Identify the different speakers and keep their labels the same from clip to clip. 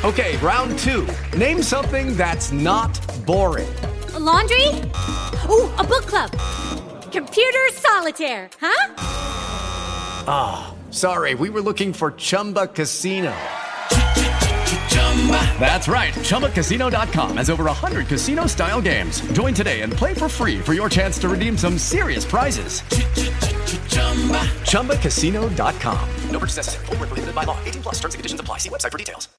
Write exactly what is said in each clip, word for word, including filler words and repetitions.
Speaker 1: Okay, round two. Name something that's not boring.
Speaker 2: A laundry? Ooh, a book club. Computer solitaire, huh?
Speaker 1: Ah, oh, sorry, we were looking for Chumba Casino. That's right, Chumba Casino dot com has over one hundred casino-style games. Join today and play for free for your chance to redeem some serious prizes. Chumba Casino dot com. No purchase necessary. Void where prohibited by law. eighteen plus terms and conditions apply. See website for details.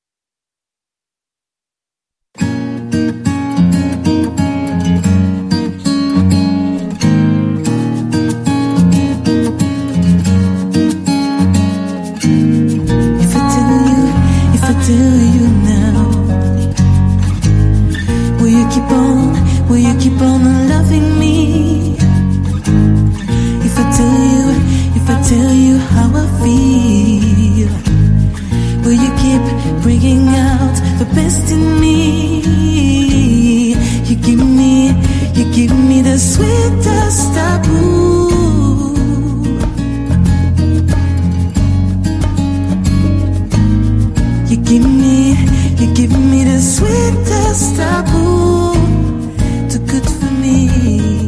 Speaker 3: If I tell you, if I tell you now, will you keep on, will you keep on loving me? If I tell you, if I tell you how I feel, will you keep bringing out the best in me? You give me, you give me the sweetest taboo. You give me, you give me the sweetest taboo. Too good for me.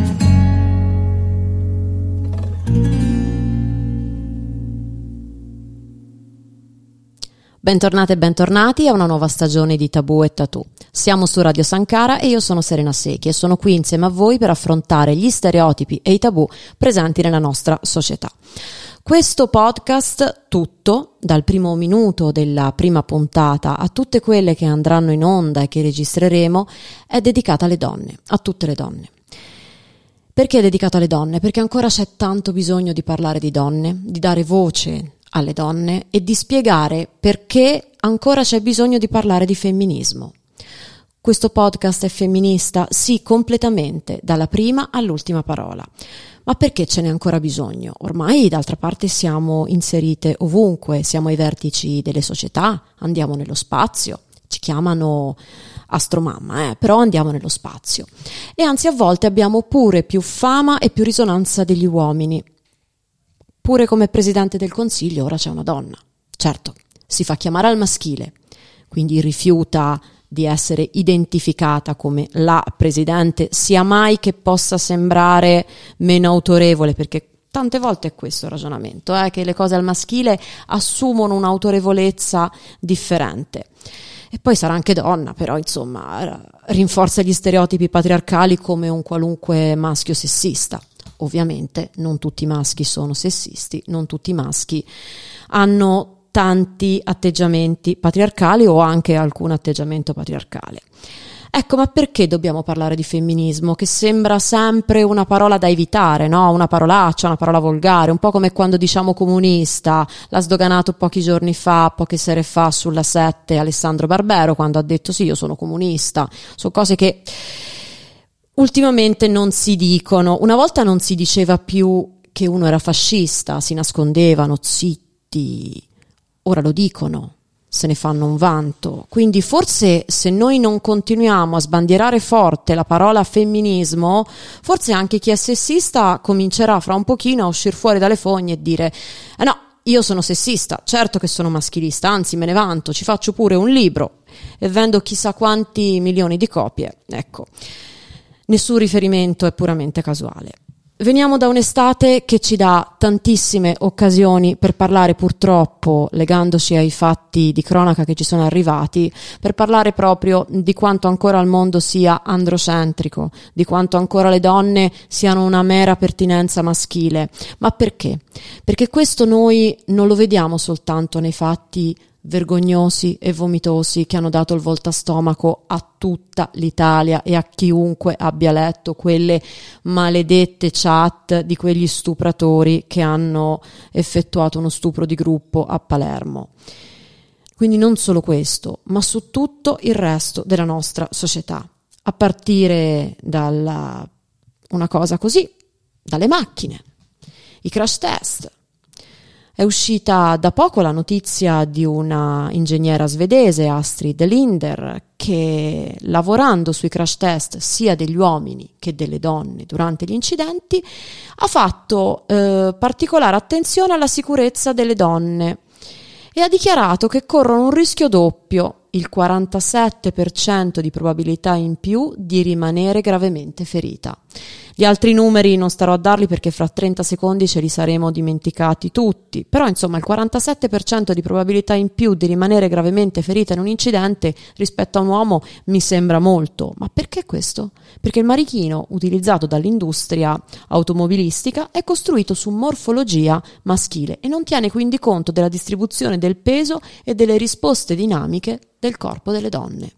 Speaker 4: Bentornate e bentornati a una nuova stagione di Tabù e Tatù. Siamo su Radio Sankara e io sono Serena Secchi e sono qui insieme a voi per affrontare gli stereotipi e i tabù presenti nella nostra società. Questo podcast, tutto, dal primo minuto della prima puntata a tutte quelle che andranno in onda e che registreremo, è dedicato alle donne, a tutte le donne. Perché è dedicato alle donne? Perché ancora c'è tanto bisogno di parlare di donne, di dare voce alle donne e di spiegare perché ancora c'è bisogno di parlare di femminismo. Questo podcast è femminista? Sì, completamente, dalla prima all'ultima parola. Ma perché ce n'è ancora bisogno? Ormai, d'altra parte, siamo inserite ovunque, siamo ai vertici delle società, andiamo nello spazio, ci chiamano astromamma, eh, però andiamo nello spazio. E anzi, a volte abbiamo pure più fama e più risonanza degli uomini. Pure come presidente del Consiglio ora c'è una donna. Certo, si fa chiamare al maschile, quindi rifiuta di essere identificata come la presidente, sia mai che possa sembrare meno autorevole, perché tante volte è questo il ragionamento, eh, che le cose al maschile assumono un'autorevolezza differente. E poi sarà anche donna, però insomma rinforza gli stereotipi patriarcali come un qualunque maschio sessista. Ovviamente non tutti i maschi sono sessisti, non tutti i maschi hanno tanti atteggiamenti patriarcali o anche alcun atteggiamento patriarcale. Ecco, ma perché dobbiamo parlare di femminismo? Che sembra sempre una parola da evitare, no? Una parolaccia, una parola volgare, un po' come quando diciamo comunista. L'ha sdoganato pochi giorni fa, poche sere fa sulla sette Alessandro Barbero, quando ha detto sì, io sono comunista. Sono cose che ultimamente non si dicono. Una volta non si diceva più che uno era fascista, si nascondevano, zitti. Ora lo dicono, se ne fanno un vanto. Quindi forse se noi non continuiamo a sbandierare forte la parola femminismo, forse anche chi è sessista comincerà fra un pochino a uscire fuori dalle fogne e dire eh no, io sono sessista, certo che sono maschilista, anzi me ne vanto, ci faccio pure un libro e vendo chissà quanti milioni di copie. Ecco, nessun riferimento è puramente casuale. Veniamo da un'estate che ci dà tantissime occasioni per parlare, purtroppo, legandoci ai fatti di cronaca che ci sono arrivati, per parlare proprio di quanto ancora il mondo sia androcentrico, di quanto ancora le donne siano una mera pertinenza maschile. Ma perché? Perché questo noi non lo vediamo soltanto nei fatti vergognosi e vomitosi che hanno dato il voltastomaco a tutta l'Italia e a chiunque abbia letto quelle maledette chat di quegli stupratori che hanno effettuato uno stupro di gruppo a Palermo. Quindi non solo questo, ma su tutto il resto della nostra società, a partire dalla una cosa così, dalle macchine, i crash test. È uscita da poco la notizia di una ingegnera svedese, Astrid Linder, che lavorando sui crash test sia degli uomini che delle donne durante gli incidenti ha fatto eh, particolare attenzione alla sicurezza delle donne e ha dichiarato che corrono un rischio doppio, il quarantasette per cento di probabilità in più di rimanere gravemente ferita. Gli altri numeri non starò a darli perché fra trenta secondi ce li saremo dimenticati tutti, però insomma il quarantasette per cento di probabilità in più di rimanere gravemente ferita in un incidente rispetto a un uomo mi sembra molto. Ma perché questo? Perché il manichino utilizzato dall'industria automobilistica è costruito su morfologia maschile e non tiene quindi conto della distribuzione del peso e delle risposte dinamiche del corpo delle donne.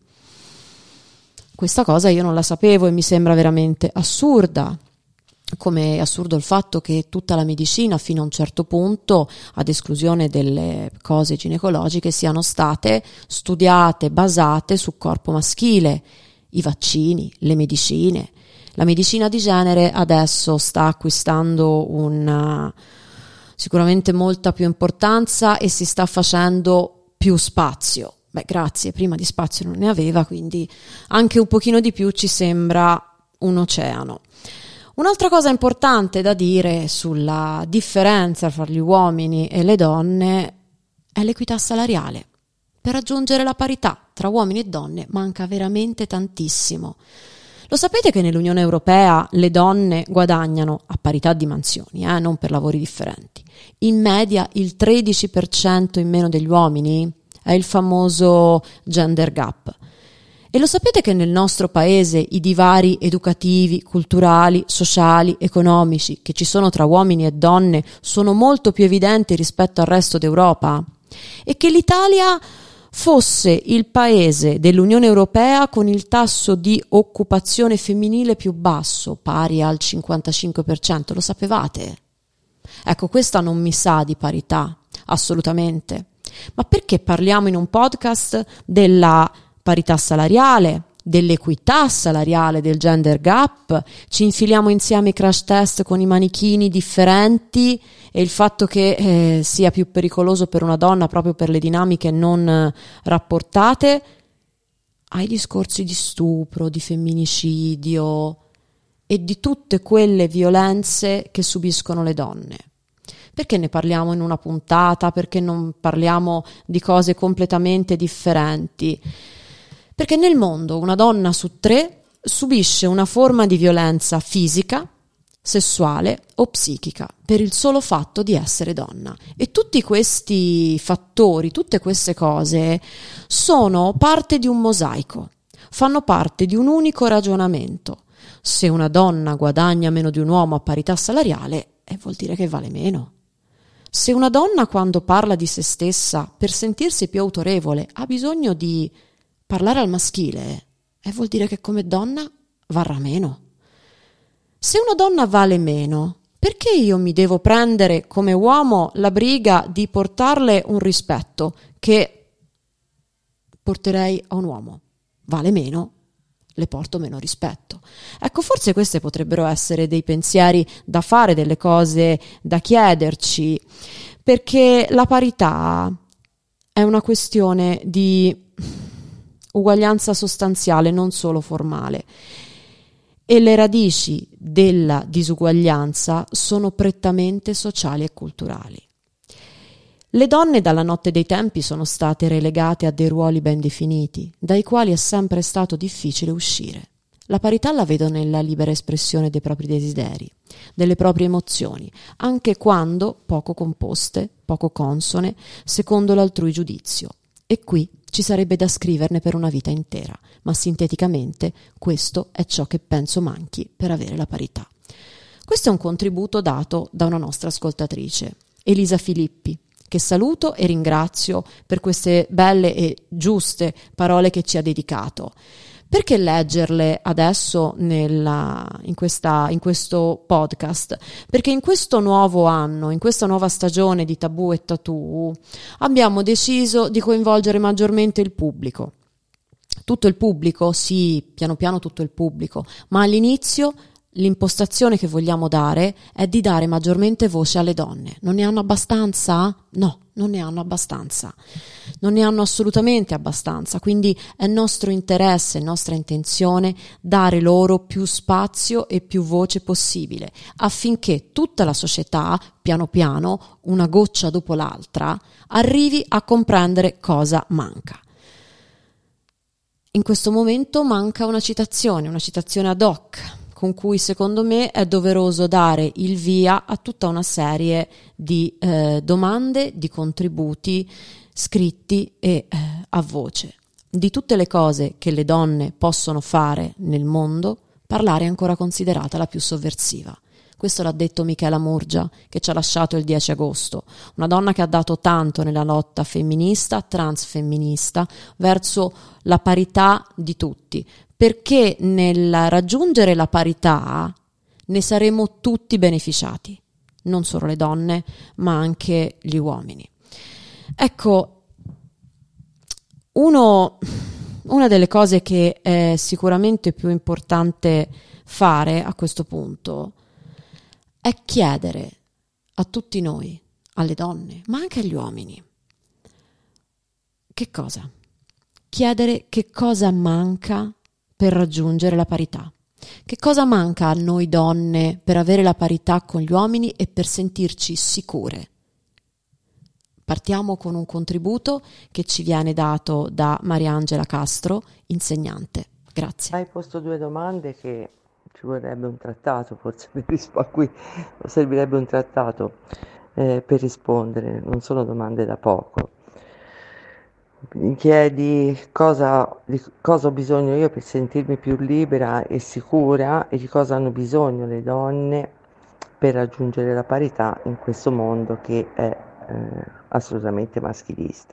Speaker 4: Questa cosa io non la sapevo e mi sembra veramente assurda, come è assurdo il fatto che tutta la medicina fino a un certo punto, ad esclusione delle cose ginecologiche, siano state studiate, basate sul corpo maschile, i vaccini, le medicine. La medicina di genere adesso sta acquistando una, sicuramente molta più importanza e si sta facendo più spazio. Beh, grazie, prima di spazio non ne aveva, quindi anche un pochino di più ci sembra un oceano. Un'altra cosa importante da dire sulla differenza fra gli uomini e le donne è l'equità salariale. Per raggiungere la parità tra uomini e donne manca veramente tantissimo. Lo sapete che nell'Unione Europea le donne guadagnano, a parità di mansioni, eh, non per lavori differenti, in media il tredici per cento in meno degli uomini? È il famoso gender gap. E lo sapete che nel nostro paese i divari educativi, culturali, sociali, economici che ci sono tra uomini e donne sono molto più evidenti rispetto al resto d'Europa? E che l'Italia fosse il paese dell'Unione Europea con il tasso di occupazione femminile più basso, pari al cinquantacinque per cento, lo sapevate? Ecco, questa non mi sa di parità, assolutamente. Ma perché parliamo in un podcast della parità salariale, dell'equità salariale, del gender gap? Ci infiliamo insieme i crash test con i manichini differenti e il fatto che eh, sia più pericoloso per una donna proprio per le dinamiche non eh, rapportate ai discorsi di stupro, di femminicidio e di tutte quelle violenze che subiscono le donne. Perché ne parliamo in una puntata? Perché non parliamo di cose completamente differenti? Perché nel mondo una donna su tre subisce una forma di violenza fisica, sessuale o psichica per il solo fatto di essere donna. E tutti questi fattori, tutte queste cose sono parte di un mosaico, fanno parte di un unico ragionamento. Se una donna guadagna meno di un uomo a parità salariale, eh, vuol dire che vale meno. Se una donna quando parla di se stessa per sentirsi più autorevole ha bisogno di parlare al maschile, eh, vuol dire che come donna varrà meno. Se una donna vale meno, perché io mi devo prendere come uomo la briga di portarle un rispetto che porterei a un uomo? Vale meno, le porto meno rispetto. Ecco, forse queste potrebbero essere dei pensieri da fare, delle cose da chiederci, perché la parità è una questione di uguaglianza sostanziale, non solo formale. E le radici della disuguaglianza sono prettamente sociali e culturali. Le donne dalla notte dei tempi sono state relegate a dei ruoli ben definiti, dai quali è sempre stato difficile uscire. La parità la vedo nella libera espressione dei propri desideri, delle proprie emozioni, anche quando poco composte, poco consone, secondo l'altrui giudizio. E qui ci sarebbe da scriverne per una vita intera, ma sinteticamente questo è ciò che penso manchi per avere la parità. Questo è un contributo dato da una nostra ascoltatrice, Elisa Filippi, che saluto e ringrazio per queste belle e giuste parole che ci ha dedicato. Perché leggerle adesso nella, in, questa, in questo podcast? Perché in questo nuovo anno, in questa nuova stagione di Tabù e Tatù, abbiamo deciso di coinvolgere maggiormente il pubblico. Tutto il pubblico, sì, piano piano tutto il pubblico, ma all'inizio l'impostazione che vogliamo dare è di dare maggiormente voce alle donne. Non ne hanno abbastanza? No, non ne hanno abbastanza. Non ne hanno assolutamente abbastanza, quindi è nostro interesse, è nostra intenzione dare loro più spazio e più voce possibile, affinché tutta la società, piano piano, una goccia dopo l'altra, arrivi a comprendere cosa manca. In questo momento manca una citazione, una citazione ad hoc, con cui secondo me è doveroso dare il via a tutta una serie di eh, domande, di contributi scritti e eh, a voce. Di tutte le cose che le donne possono fare nel mondo, parlare è ancora considerata la più sovversiva. Questo l'ha detto Michela Murgia, che ci ha lasciato il dieci agosto, una donna che ha dato tanto nella lotta femminista, transfemminista, verso la parità di tutti, perché nel raggiungere la parità ne saremo tutti beneficiati, non solo le donne, ma anche gli uomini. Ecco, uno, una delle cose che è sicuramente più importante fare a questo punto è chiedere a tutti noi, alle donne, ma anche agli uomini, che cosa? Chiedere che cosa manca per raggiungere la parità. Che cosa manca a noi donne per avere la parità con gli uomini e per sentirci sicure? Partiamo con un contributo che ci viene dato da Mariangela Castro, insegnante. Grazie.
Speaker 5: Hai posto due domande che ci vorrebbe un trattato, forse per risp- a cui servirebbe un trattato eh, per rispondere, non sono domande da poco. Mi chiedi cosa, di cosa ho bisogno io per sentirmi più libera e sicura e di cosa hanno bisogno le donne per raggiungere la parità in questo mondo che è eh, assolutamente maschilista.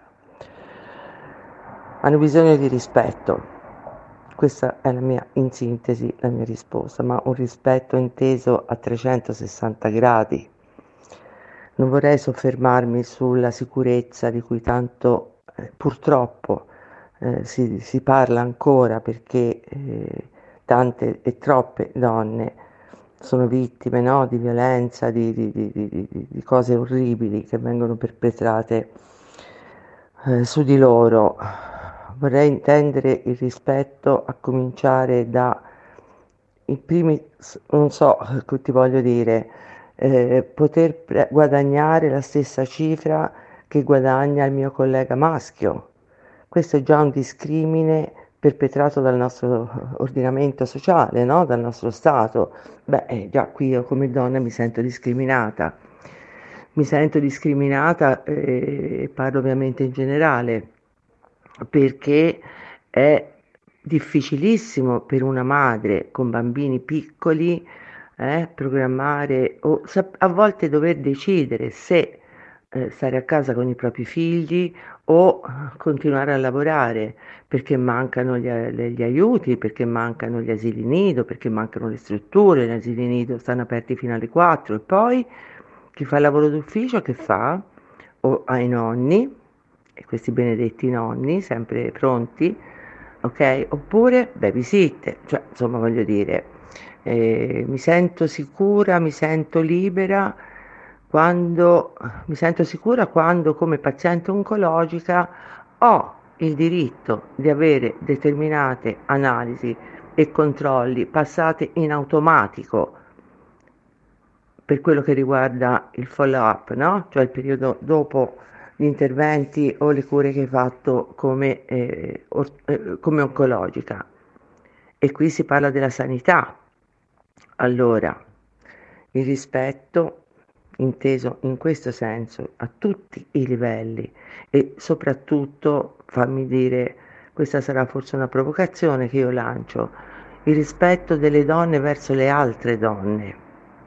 Speaker 5: Hanno bisogno di rispetto. Questa è la mia, in sintesi, la mia risposta, ma un rispetto inteso a trecentosessanta gradi. Non vorrei soffermarmi sulla sicurezza di cui tanto eh, purtroppo eh, si, si parla ancora, perché eh, tante e troppe donne sono vittime, no, di violenza, di, di, di, di, di cose orribili che vengono perpetrate eh, su di loro. Vorrei intendere il rispetto a cominciare da i primi, non so che ti voglio dire, eh, poter pre- guadagnare la stessa cifra che guadagna il mio collega maschio. Questo è già un discrimine perpetrato dal nostro ordinamento sociale, no? Dal nostro Stato. Beh, eh, già qui io come donna mi sento discriminata. Mi sento discriminata e eh, parlo ovviamente in generale, perché è difficilissimo per una madre con bambini piccoli eh, programmare o a volte dover decidere se eh, stare a casa con i propri figli o continuare a lavorare, perché mancano gli, gli aiuti, perché mancano gli asili nido, perché mancano le strutture, gli asili nido stanno aperti fino alle quattro e poi chi fa il lavoro d'ufficio che fa? O ai nonni, e questi benedetti nonni, sempre pronti, ok? Oppure babysitter, cioè insomma voglio dire, eh, mi sento sicura, mi sento libera quando, mi sento sicura quando come paziente oncologica ho il diritto di avere determinate analisi e controlli passate in automatico per quello che riguarda il follow up, no? Cioè il periodo dopo gli interventi o le cure che hai fatto come, eh, or- eh, come oncologica. E qui si parla della sanità. Allora, il rispetto inteso in questo senso a tutti i livelli e soprattutto, fammi dire, questa sarà forse una provocazione che io lancio, il rispetto delle donne verso le altre donne.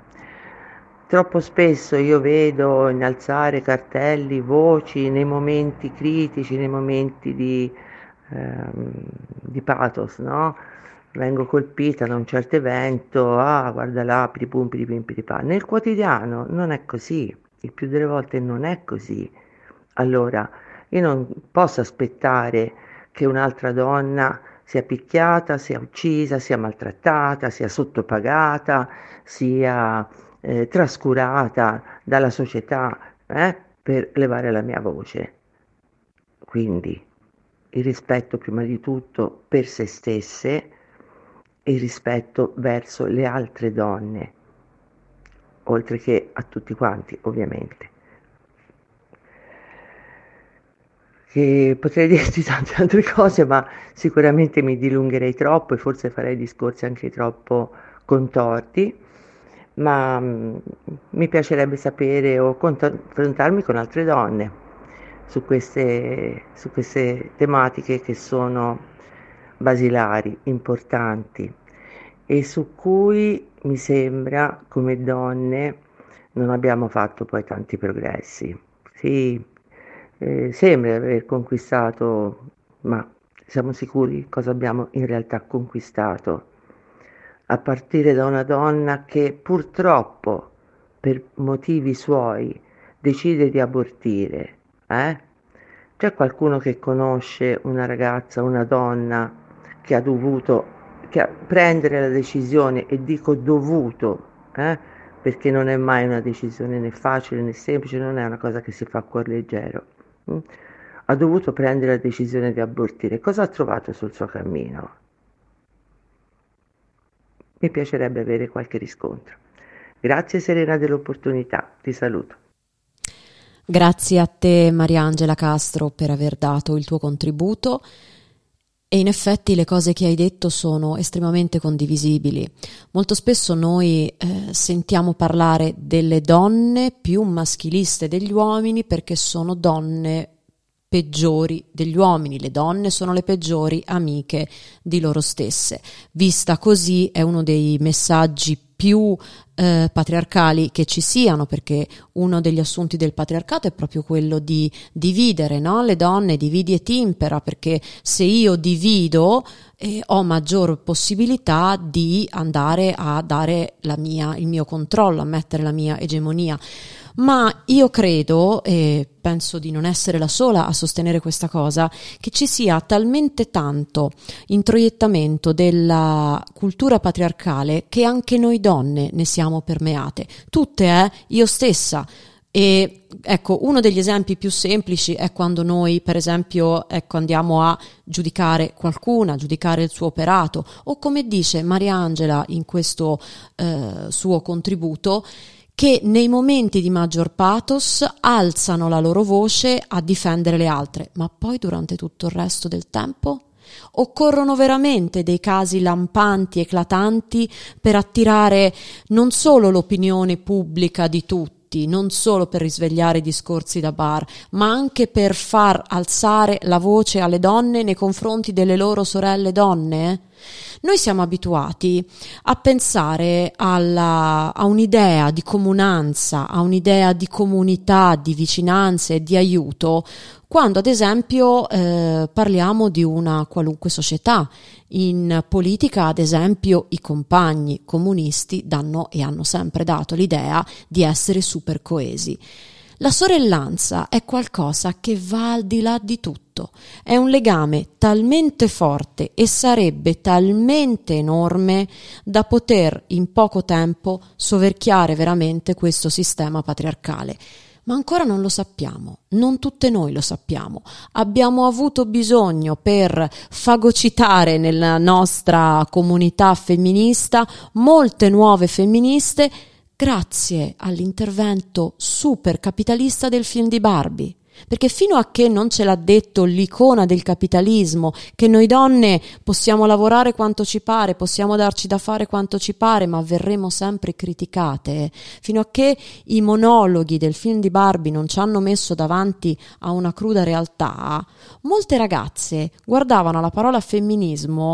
Speaker 5: Troppo spesso io vedo innalzare cartelli, voci nei momenti critici, nei momenti di, ehm, di pathos, no? Vengo colpita da un certo evento, ah guarda là, piripum, piripim, piripà. Nel quotidiano non è così, il più delle volte non è così. Allora, io non posso aspettare che un'altra donna sia picchiata, sia uccisa, sia maltrattata, sia sottopagata, sia eh, trascurata dalla società eh, per levare la mia voce. Quindi il rispetto prima di tutto per se stesse e il rispetto verso le altre donne, oltre che a tutti quanti, ovviamente. Che potrei dirti tante altre cose, ma sicuramente mi dilungherei troppo e forse farei discorsi anche troppo contorti, ma mh, mi piacerebbe sapere o confrontarmi con altre donne su queste, su queste tematiche che sono basilari, importanti e su cui mi sembra come donne non abbiamo fatto poi tanti progressi. Sì, eh, sembra aver conquistato, ma siamo sicuri cosa abbiamo in realtà conquistato? A partire da una donna che purtroppo per motivi suoi decide di abortire. Eh? C'è qualcuno che conosce una ragazza, una donna che ha dovuto che ha, prendere la decisione, e dico dovuto, eh? Perché non è mai una decisione né facile né semplice, non è una cosa che si fa a cuor leggero. Mm? Ha dovuto prendere la decisione di abortire. Cosa ha trovato sul suo cammino? Mi piacerebbe avere qualche riscontro. Grazie Serena dell'opportunità, ti saluto.
Speaker 4: Grazie a te Mariangela Castro per aver dato il tuo contributo e in effetti le cose che hai detto sono estremamente condivisibili. Molto spesso noi eh, sentiamo parlare delle donne più maschiliste degli uomini perché sono donne peggiori degli uomini, le donne sono le peggiori amiche di loro stesse. Vista così è uno dei messaggi più eh, patriarcali che ci siano, perché uno degli assunti del patriarcato è proprio quello di dividere, no? Le donne, dividi e timpera, perché se io divido eh, ho maggior possibilità di andare a dare la mia, il mio controllo, a mettere la mia egemonia. Ma io credo, e penso di non essere la sola a sostenere questa cosa, che ci sia talmente tanto introiettamento della cultura patriarcale che anche noi donne ne siamo permeate. Tutte, eh? Io stessa. E ecco, uno degli esempi più semplici è quando noi, per esempio, ecco, andiamo a giudicare qualcuna, giudicare il suo operato, o come dice Mariangela in questo eh, suo contributo, che nei momenti di maggior pathos alzano la loro voce a difendere le altre, ma poi durante tutto il resto del tempo occorrono veramente dei casi lampanti, eclatanti per attirare non solo l'opinione pubblica di tutti, non solo per risvegliare i discorsi da bar, ma anche per far alzare la voce alle donne nei confronti delle loro sorelle donne? Noi siamo abituati a pensare alla, a un'idea di comunanza, a un'idea di comunità, di vicinanza e di aiuto, quando ad esempio eh, parliamo di una qualunque società. In politica, ad esempio, i compagni comunisti danno e hanno sempre dato l'idea di essere super coesi. La sorellanza è qualcosa che va al di là di tutto, è un legame talmente forte e sarebbe talmente enorme da poter in poco tempo soverchiare veramente questo sistema patriarcale. Ma ancora non lo sappiamo, non tutte noi lo sappiamo. Abbiamo avuto bisogno per fagocitare nella nostra comunità femminista molte nuove femministe grazie all'intervento super capitalista del film di Barbie. Perché fino a che non ce l'ha detto l'icona del capitalismo, che noi donne possiamo lavorare quanto ci pare, possiamo darci da fare quanto ci pare, ma verremo sempre criticate, fino a che i monologhi del film di Barbie non ci hanno messo davanti a una cruda realtà, molte ragazze guardavano la parola femminismo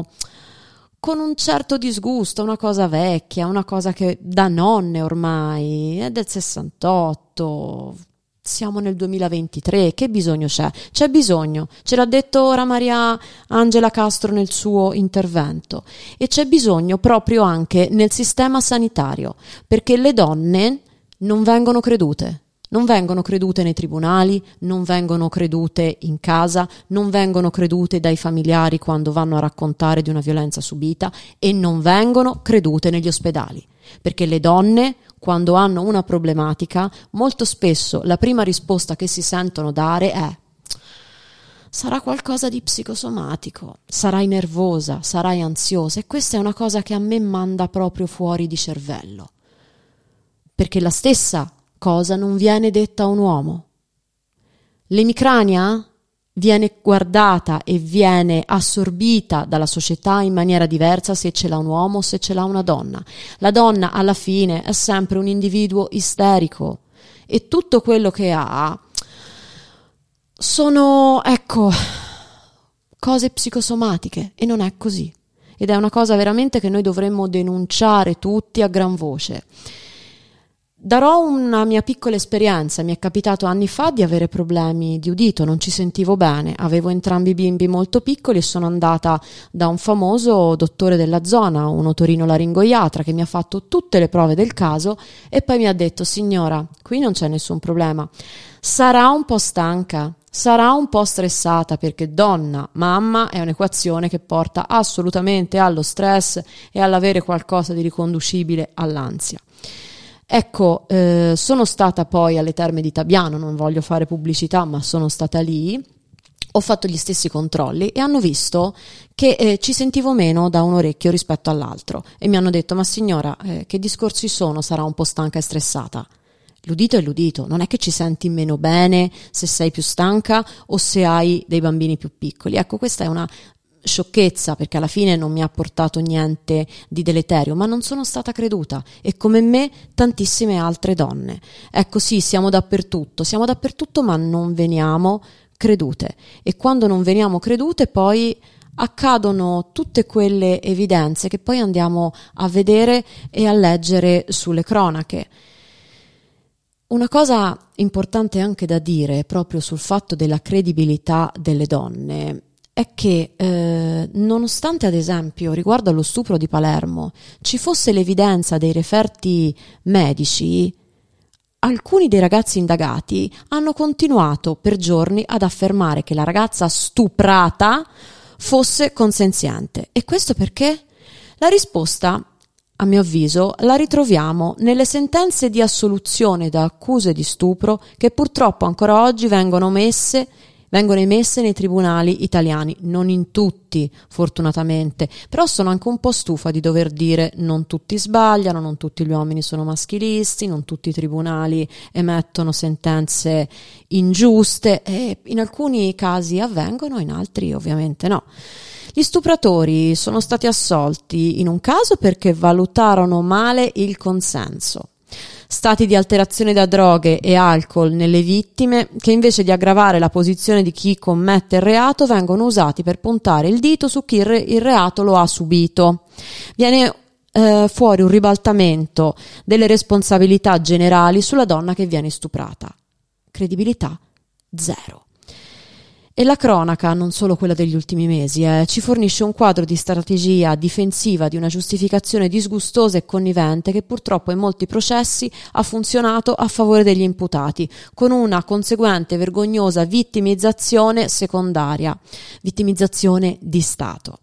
Speaker 4: con un certo disgusto, una cosa vecchia, una cosa che da nonne ormai, è del sessantotto, siamo nel duemilaventitré, che bisogno c'è? C'è bisogno, ce l'ha detto ora Maria Angela Castro nel suo intervento, e c'è bisogno proprio anche nel sistema sanitario, perché le donne non vengono credute. Non vengono credute nei tribunali, non vengono credute in casa, non vengono credute dai familiari quando vanno a raccontare di una violenza subita e non vengono credute negli ospedali, perché le donne, quando hanno una problematica, molto spesso la prima risposta che si sentono dare è: sarà qualcosa di psicosomatico, sarai nervosa, sarai ansiosa, e questa è una cosa che a me manda proprio fuori di cervello, perché la stessa cosa non viene detta a un uomo. L'emicrania viene guardata e viene assorbita dalla società in maniera diversa se ce l'ha un uomo o se ce l'ha una donna. La donna alla fine è sempre un individuo isterico e tutto quello che ha sono, ecco, cose psicosomatiche, e non è così. Ed è una cosa veramente che noi dovremmo denunciare tutti a gran voce. Darò una mia piccola esperienza. Mi è capitato anni fa di avere problemi di udito, non ci sentivo bene, avevo entrambi i bimbi molto piccoli e sono andata da un famoso dottore della zona, un otorinolaringoiatra, che mi ha fatto tutte le prove del caso e poi mi ha detto: signora, qui non c'è nessun problema, sarà un po' stanca, sarà un po' stressata, perché donna, mamma è un'equazione che porta assolutamente allo stress e all'avere qualcosa di riconducibile all'ansia. Ecco, eh, sono stata poi alle Terme di Tabiano, non voglio fare pubblicità, ma sono stata lì, ho fatto gli stessi controlli e hanno visto che eh, ci sentivo meno da un orecchio rispetto all'altro e mi hanno detto: ma signora, eh, che discorsi sono? Sarà un po' stanca e stressata? L'udito è l'udito, non è che ci senti meno bene se sei più stanca o se hai dei bambini più piccoli. Ecco, questa è una sciocchezza, perché alla fine non mi ha portato niente di deleterio, ma non sono stata creduta, e come me tantissime altre donne. Ecco, sì, siamo dappertutto, siamo dappertutto, ma non veniamo credute, e quando non veniamo credute poi accadono tutte quelle evidenze che poi andiamo a vedere e a leggere sulle cronache. Una cosa importante anche da dire proprio sul fatto della credibilità delle donne è che eh, nonostante, ad esempio, riguardo allo stupro di Palermo ci fosse l'evidenza dei referti medici, alcuni dei ragazzi indagati hanno continuato per giorni ad affermare che la ragazza stuprata fosse consenziente. E questo perché? La risposta, a mio avviso, la ritroviamo nelle sentenze di assoluzione da accuse di stupro che purtroppo ancora oggi vengono omesse vengono emesse nei tribunali italiani, non in tutti fortunatamente, però sono anche un po' stufa di dover dire non tutti sbagliano, non tutti gli uomini sono maschilisti, non tutti i tribunali emettono sentenze ingiuste, e in alcuni casi avvengono, in altri ovviamente no. Gli stupratori sono stati assolti in un caso perché valutarono male il consenso. Stati di alterazione da droghe e alcol nelle vittime che invece di aggravare la posizione di chi commette il reato vengono usati per puntare il dito su chi il, re- il reato lo ha subito. Viene eh, fuori un ribaltamento delle responsabilità generali sulla donna che viene stuprata. Credibilità zero. E la cronaca, non solo quella degli ultimi mesi, eh, ci fornisce un quadro di strategia difensiva di una giustificazione disgustosa e connivente che purtroppo in molti processi ha funzionato a favore degli imputati, con una conseguente vergognosa vittimizzazione secondaria, vittimizzazione di Stato.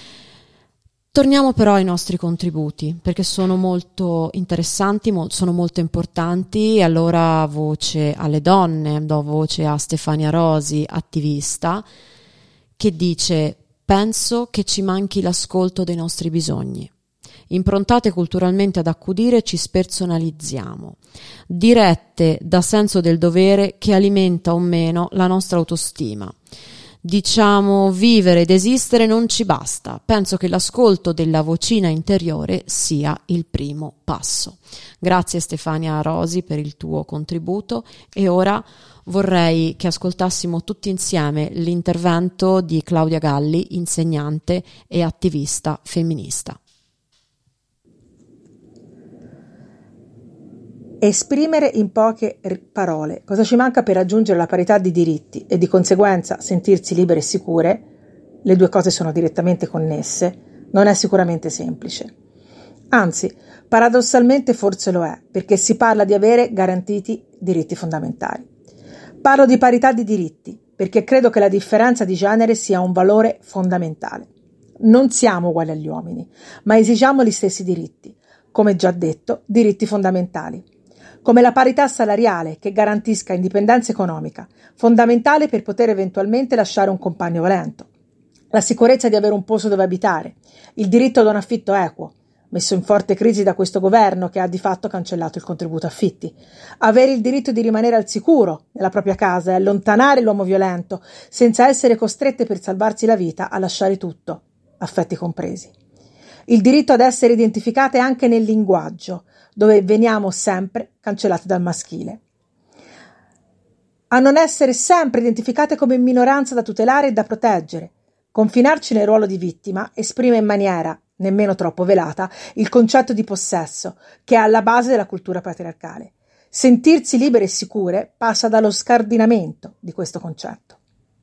Speaker 4: Torniamo però ai nostri contributi, perché sono molto interessanti, mo- sono molto importanti. Allora voce alle donne, do voce a Stefania Rosi, attivista, che dice: penso che ci manchi l'ascolto dei nostri bisogni. Improntate culturalmente ad accudire, ci spersonalizziamo, dirette da senso del dovere che alimenta o meno la nostra autostima. Diciamo, vivere ed esistere non ci basta. Penso che l'ascolto della vocina interiore sia il primo passo. Grazie Stefania Rosi per il tuo contributo, e ora vorrei che ascoltassimo tutti insieme l'intervento di Claudia Galli, insegnante e attivista femminista.
Speaker 6: Esprimere in poche parole cosa ci manca per raggiungere la parità di diritti e di conseguenza sentirsi libere e sicure, le due cose sono direttamente connesse, non è sicuramente semplice. Anzi, Paradossalmente forse lo è, perché si parla di avere garantiti diritti fondamentali. Parlo di parità di diritti, perché credo che la differenza di genere sia un valore fondamentale. Non siamo uguali agli uomini, ma esigiamo gli stessi diritti, come già detto, diritti fondamentali, come la parità salariale che garantisca indipendenza economica, fondamentale per poter eventualmente lasciare un compagno violento, la sicurezza di avere un posto dove abitare, il diritto ad un affitto equo, messo in forte crisi da questo governo che ha di fatto cancellato il contributo affitti, avere il diritto di rimanere al sicuro nella propria casa e allontanare l'uomo violento senza essere costrette per salvarsi la vita a lasciare tutto, affetti compresi. Il diritto ad essere identificate anche nel linguaggio, dove veniamo sempre cancellate dal maschile. A non essere sempre identificate come minoranza da tutelare e da proteggere. Confinarci nel ruolo di vittima esprime in maniera nemmeno troppo velata il concetto di possesso che è alla base della cultura patriarcale. Sentirsi libere e sicure passa dallo scardinamento di questo concetto.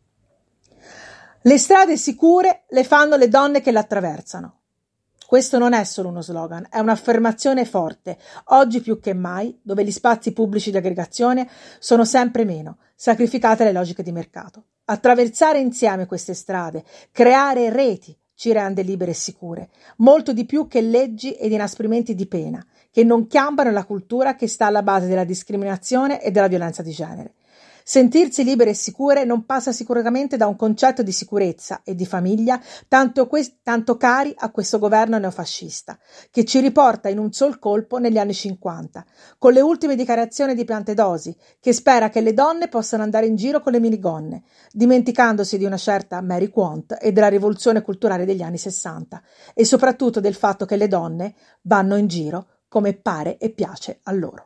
Speaker 6: Le strade sicure le fanno le donne che le attraversano. Questo non è solo uno slogan, è un'affermazione forte, oggi più che mai, dove gli spazi pubblici di aggregazione sono sempre meno, sacrificate alle logiche di mercato. Attraversare insieme queste strade, creare reti, ci rende libere e sicure, molto di più che leggi ed inasprimenti di pena, che non chiambano la cultura che sta alla base della discriminazione e della violenza di genere. Sentirsi libere e sicure non passa sicuramente da un concetto di sicurezza e di famiglia tanto, que- tanto cari a questo governo neofascista, che ci riporta in un sol colpo negli anni cinquanta, con le ultime dichiarazioni di Piantedosi, che spera che le donne possano andare in giro con le minigonne, dimenticandosi di una certa Mary Quant e della rivoluzione culturale degli anni sessanta, e soprattutto del fatto che le donne vanno in giro come pare e piace a loro.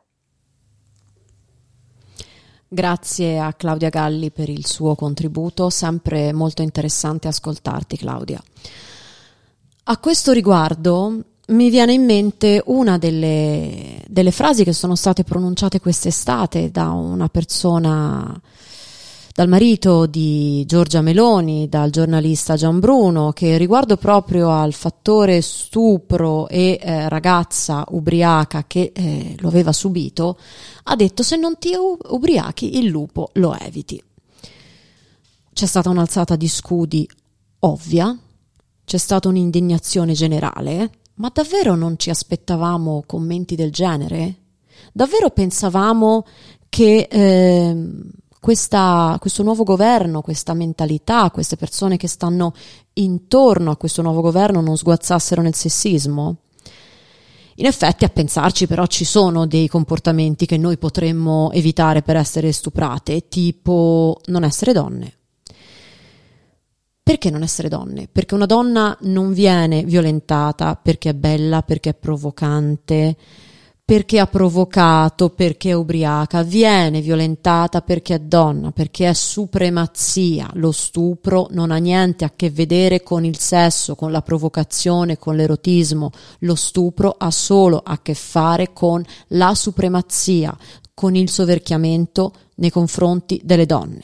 Speaker 4: Grazie a Claudia Galli per il suo contributo, sempre molto interessante ascoltarti, Claudia. A questo riguardo mi viene in mente una delle, delle frasi che sono state pronunciate quest'estate da una persona, dal marito di Giorgia Meloni, dal giornalista Gianbruno, che riguardo proprio al fattore stupro e eh, ragazza ubriaca che eh, lo aveva subito, ha detto: se non ti ubriachi il lupo lo eviti. C'è stata un'alzata di scudi ovvia, c'è stata un'indignazione generale, ma davvero non ci aspettavamo commenti del genere? Davvero pensavamo che eh, questa, questo nuovo governo, questa mentalità, queste persone che stanno intorno a questo nuovo governo non sguazzassero nel sessismo? In effetti, a pensarci, però, ci sono dei comportamenti che noi potremmo evitare per essere stuprate, tipo non essere donne. Perché non essere donne? Perché una donna non viene violentata perché è bella, perché è provocante, perché ha provocato, perché è ubriaca, viene violentata perché è donna, perché è supremazia. Lo stupro non ha niente a che vedere con il sesso, con la provocazione, con l'erotismo. Lo stupro ha solo a che fare con la supremazia, con il soverchiamento nei confronti delle donne.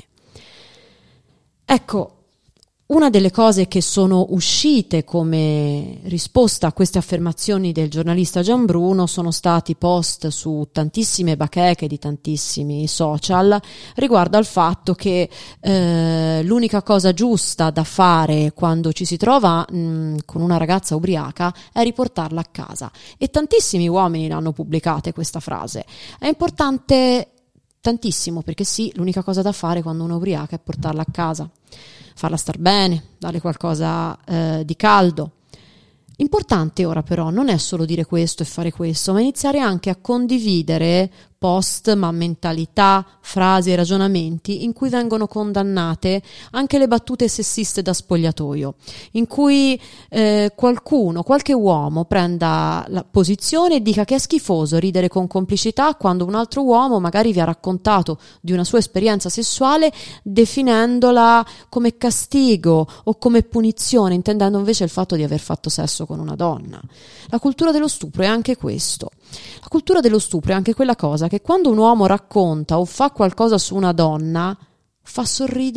Speaker 4: Ecco, una delle cose che sono uscite come risposta a queste affermazioni del giornalista Gianbruno sono stati post su tantissime bacheche di tantissimi social riguardo al fatto che eh, l'unica cosa giusta da fare quando ci si trova mh, con una ragazza ubriaca è riportarla a casa, e tantissimi uomini l'hanno pubblicata questa frase. È importante tantissimo, perché sì, l'unica cosa da fare quando uno è ubriaca è portarla a casa, farla star bene, darle qualcosa eh, di caldo. Importante ora però non è solo dire questo e fare questo, ma iniziare anche a condividere post, ma mentalità, frasi e ragionamenti in cui vengono condannate anche le battute sessiste da spogliatoio, in cui eh, qualcuno, qualche uomo prenda la posizione e dica che è schifoso ridere con complicità quando un altro uomo magari vi ha raccontato di una sua esperienza sessuale definendola come castigo o come punizione, intendendo invece il fatto di aver fatto sesso con una donna. La cultura dello stupro è anche questo. La cultura dello stupro è anche quella cosa che quando un uomo racconta o fa qualcosa su una donna fa sorridere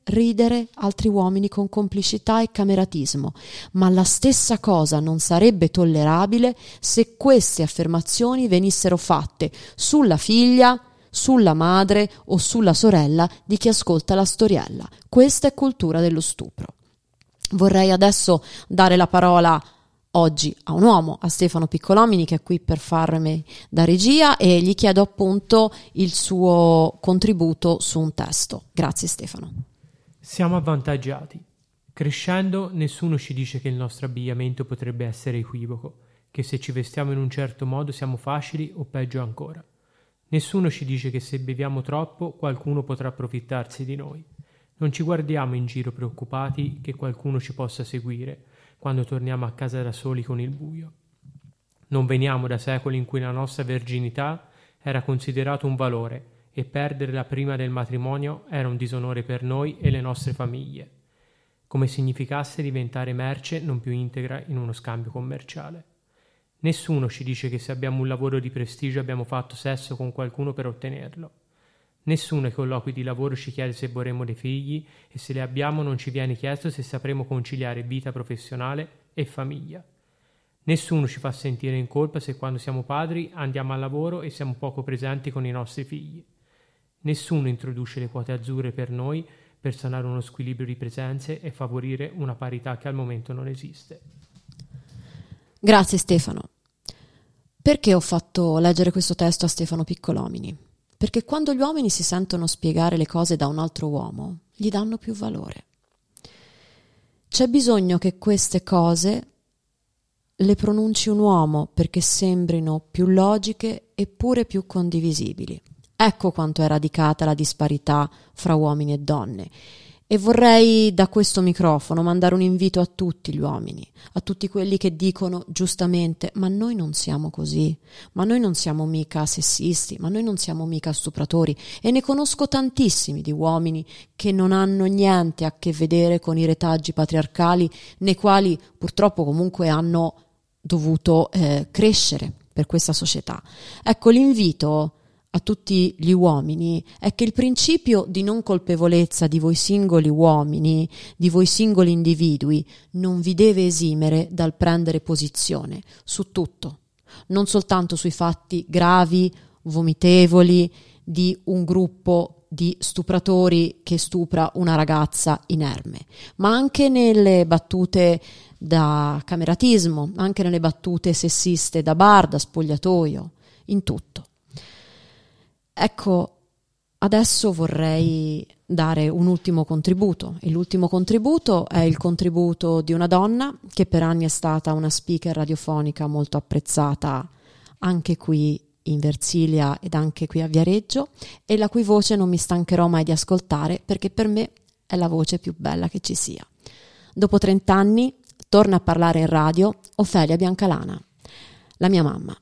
Speaker 4: ridere altri uomini con complicità e cameratismo, ma la stessa cosa non sarebbe tollerabile se queste affermazioni venissero fatte sulla figlia, sulla madre o sulla sorella di chi ascolta la storiella. Questa è cultura dello stupro. Vorrei adesso dare la parola oggi a un uomo, a Stefano Piccolomini, che è qui per farmi da regia, e gli chiedo appunto il suo contributo su un testo. Grazie Stefano.
Speaker 7: Siamo avvantaggiati. Crescendo nessuno ci dice che il nostro abbigliamento potrebbe essere equivoco, che se ci vestiamo in un certo modo siamo facili o peggio ancora. Nessuno ci dice che se beviamo troppo qualcuno potrà approfittarsi di noi. Non ci guardiamo in giro preoccupati che qualcuno ci possa seguire quando torniamo a casa da soli con il buio. Non veniamo da secoli in cui la nostra verginità era considerato un valore e perderla prima del matrimonio era un disonore per noi e le nostre famiglie, come significasse diventare merce non più integra in uno scambio commerciale. Nessuno ci dice che se abbiamo un lavoro di prestigio abbiamo fatto sesso con qualcuno per ottenerlo. Nessuno ai colloqui di lavoro ci chiede se vorremmo dei figli e se li abbiamo non ci viene chiesto se sapremo conciliare vita professionale e famiglia. Nessuno ci fa sentire in colpa se quando siamo padri andiamo al lavoro e siamo poco presenti con i nostri figli. Nessuno introduce le quote azzurre per noi per sanare uno squilibrio di presenze e favorire una parità che al momento non esiste.
Speaker 4: Grazie Stefano. Perché ho fatto leggere questo testo a Stefano Piccolomini? Perché quando gli uomini si sentono spiegare le cose da un altro uomo, gli danno più valore. C'è bisogno che queste cose le pronunci un uomo perché sembrino più logiche eppure più condivisibili. Ecco quanto è radicata la disparità fra uomini e donne. E vorrei da questo microfono mandare un invito a tutti gli uomini, a tutti quelli che dicono giustamente ma noi non siamo così, ma noi non siamo mica sessisti, ma noi non siamo mica stupratori, e ne conosco tantissimi di uomini che non hanno niente a che vedere con i retaggi patriarcali nei quali purtroppo comunque hanno dovuto eh, crescere per questa società. Ecco, l'invito a tutti gli uomini è che il principio di non colpevolezza di voi singoli uomini, di voi singoli individui, non vi deve esimere dal prendere posizione su tutto, non soltanto sui fatti gravi, vomitevoli di un gruppo di stupratori che stupra una ragazza inerme, ma anche nelle battute da cameratismo, anche nelle battute sessiste da bar, da spogliatoio, in tutto. Ecco, adesso vorrei dare un ultimo contributo, e l'ultimo contributo è il contributo di una donna che per anni è stata una speaker radiofonica molto apprezzata anche qui in Versilia ed anche qui a Viareggio, e la cui voce non mi stancherò mai di ascoltare perché per me è la voce più bella che ci sia. Dopo trent'anni torna a parlare in radio Ofelia Biancalana, la mia mamma.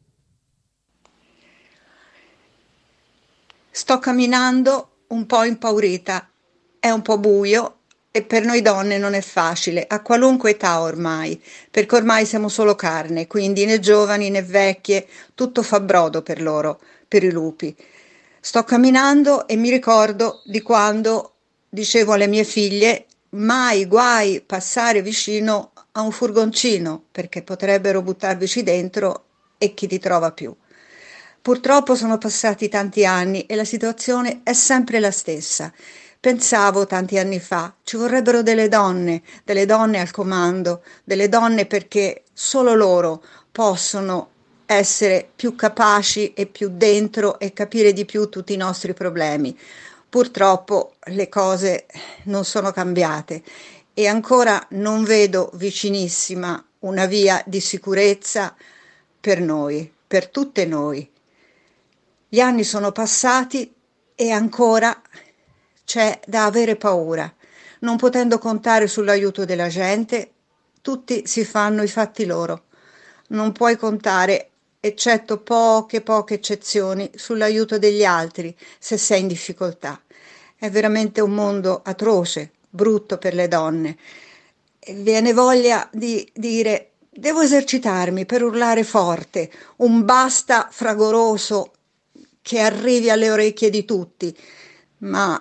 Speaker 8: Sto camminando un po' impaurita, è un po' buio e per noi donne non è facile, a qualunque età ormai, perché ormai siamo solo carne, quindi né giovani né vecchie, tutto fa brodo per loro, per i lupi. Sto camminando e mi ricordo di quando dicevo alle mie figlie mai guai passare vicino a un furgoncino perché potrebbero buttarvici dentro e chi ti trova più. Purtroppo sono passati tanti anni e la situazione è sempre la stessa. Pensavo tanti anni fa, ci vorrebbero delle donne, delle donne al comando, delle donne perché solo loro possono essere più capaci e più dentro e capire di più tutti i nostri problemi. Purtroppo le cose non sono cambiate e ancora non vedo vicinissima una via di sicurezza per noi, per tutte noi. Gli anni sono passati e ancora c'è da avere paura. Non potendo contare sull'aiuto della gente, tutti si fanno i fatti loro. Non puoi contare, eccetto poche poche eccezioni, sull'aiuto degli altri se sei in difficoltà. È veramente un mondo atroce, brutto per le donne. E viene voglia di dire: devo esercitarmi per urlare forte, un basta fragoroso che arrivi alle orecchie di tutti, ma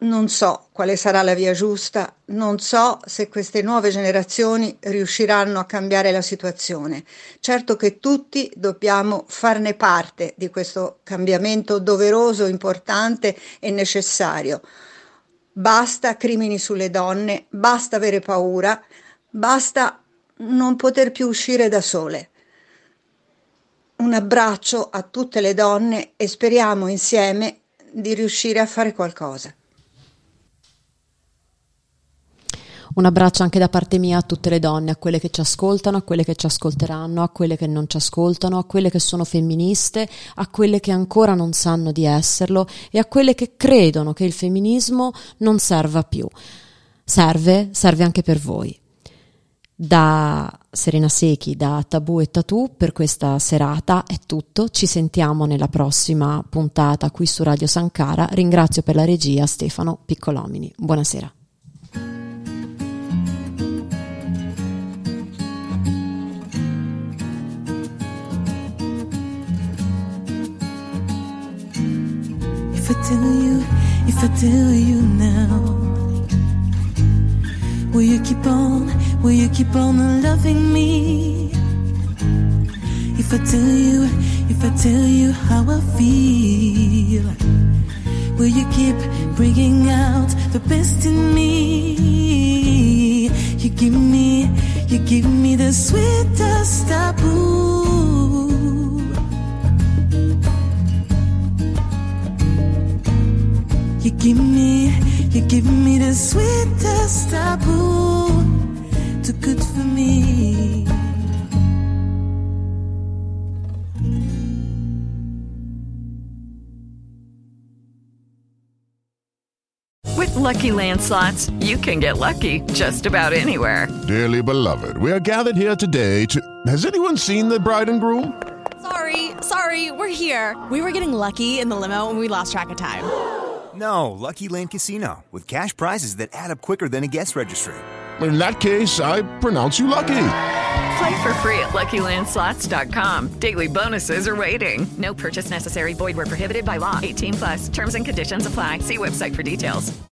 Speaker 8: Non so quale sarà la via giusta, non so se queste nuove generazioni riusciranno a cambiare la situazione. Certo che tutti dobbiamo farne parte di questo cambiamento doveroso, importante e necessario. Basta crimini sulle donne, basta avere paura, basta non poter più uscire da sole. Un abbraccio a tutte le donne e speriamo insieme di riuscire a fare qualcosa.
Speaker 4: Un abbraccio anche da parte mia a tutte le donne, a quelle che ci ascoltano, a quelle che ci ascolteranno, a quelle che non ci ascoltano, a quelle che sono femministe, a quelle che ancora non sanno di esserlo e a quelle che credono che il femminismo non serva più. Serve, serve anche per voi. Da Serena Secchi, da Tabù e Tatù, per questa serata è tutto. Ci sentiamo nella prossima puntata qui su Radio Sankara. Ringrazio per la regia Stefano Piccolomini. Buonasera.
Speaker 3: If I tell you, if I tell you now, will you keep on, will you keep on loving me? If I tell you, if I tell you how I feel, will you keep bringing out the best in me? You give me, you give me the sweetest taboo. You give me, you give me the sweetest taboo, too good for me.
Speaker 9: With Lucky Land Slots, you can get lucky just about anywhere.
Speaker 10: Dearly beloved, we are gathered here today to... Has anyone seen the bride and groom?
Speaker 11: Sorry, sorry, we're here. We were getting lucky in the limo and we lost track of time.
Speaker 12: No, Lucky Land Casino, with cash prizes that add up quicker than a guest registry.
Speaker 10: In that case, I pronounce you lucky.
Speaker 9: Play for free at Lucky Land Slots dot com. Daily bonuses are waiting. No purchase necessary. Void where prohibited by law. eighteen plus. Terms and conditions apply. See website for details.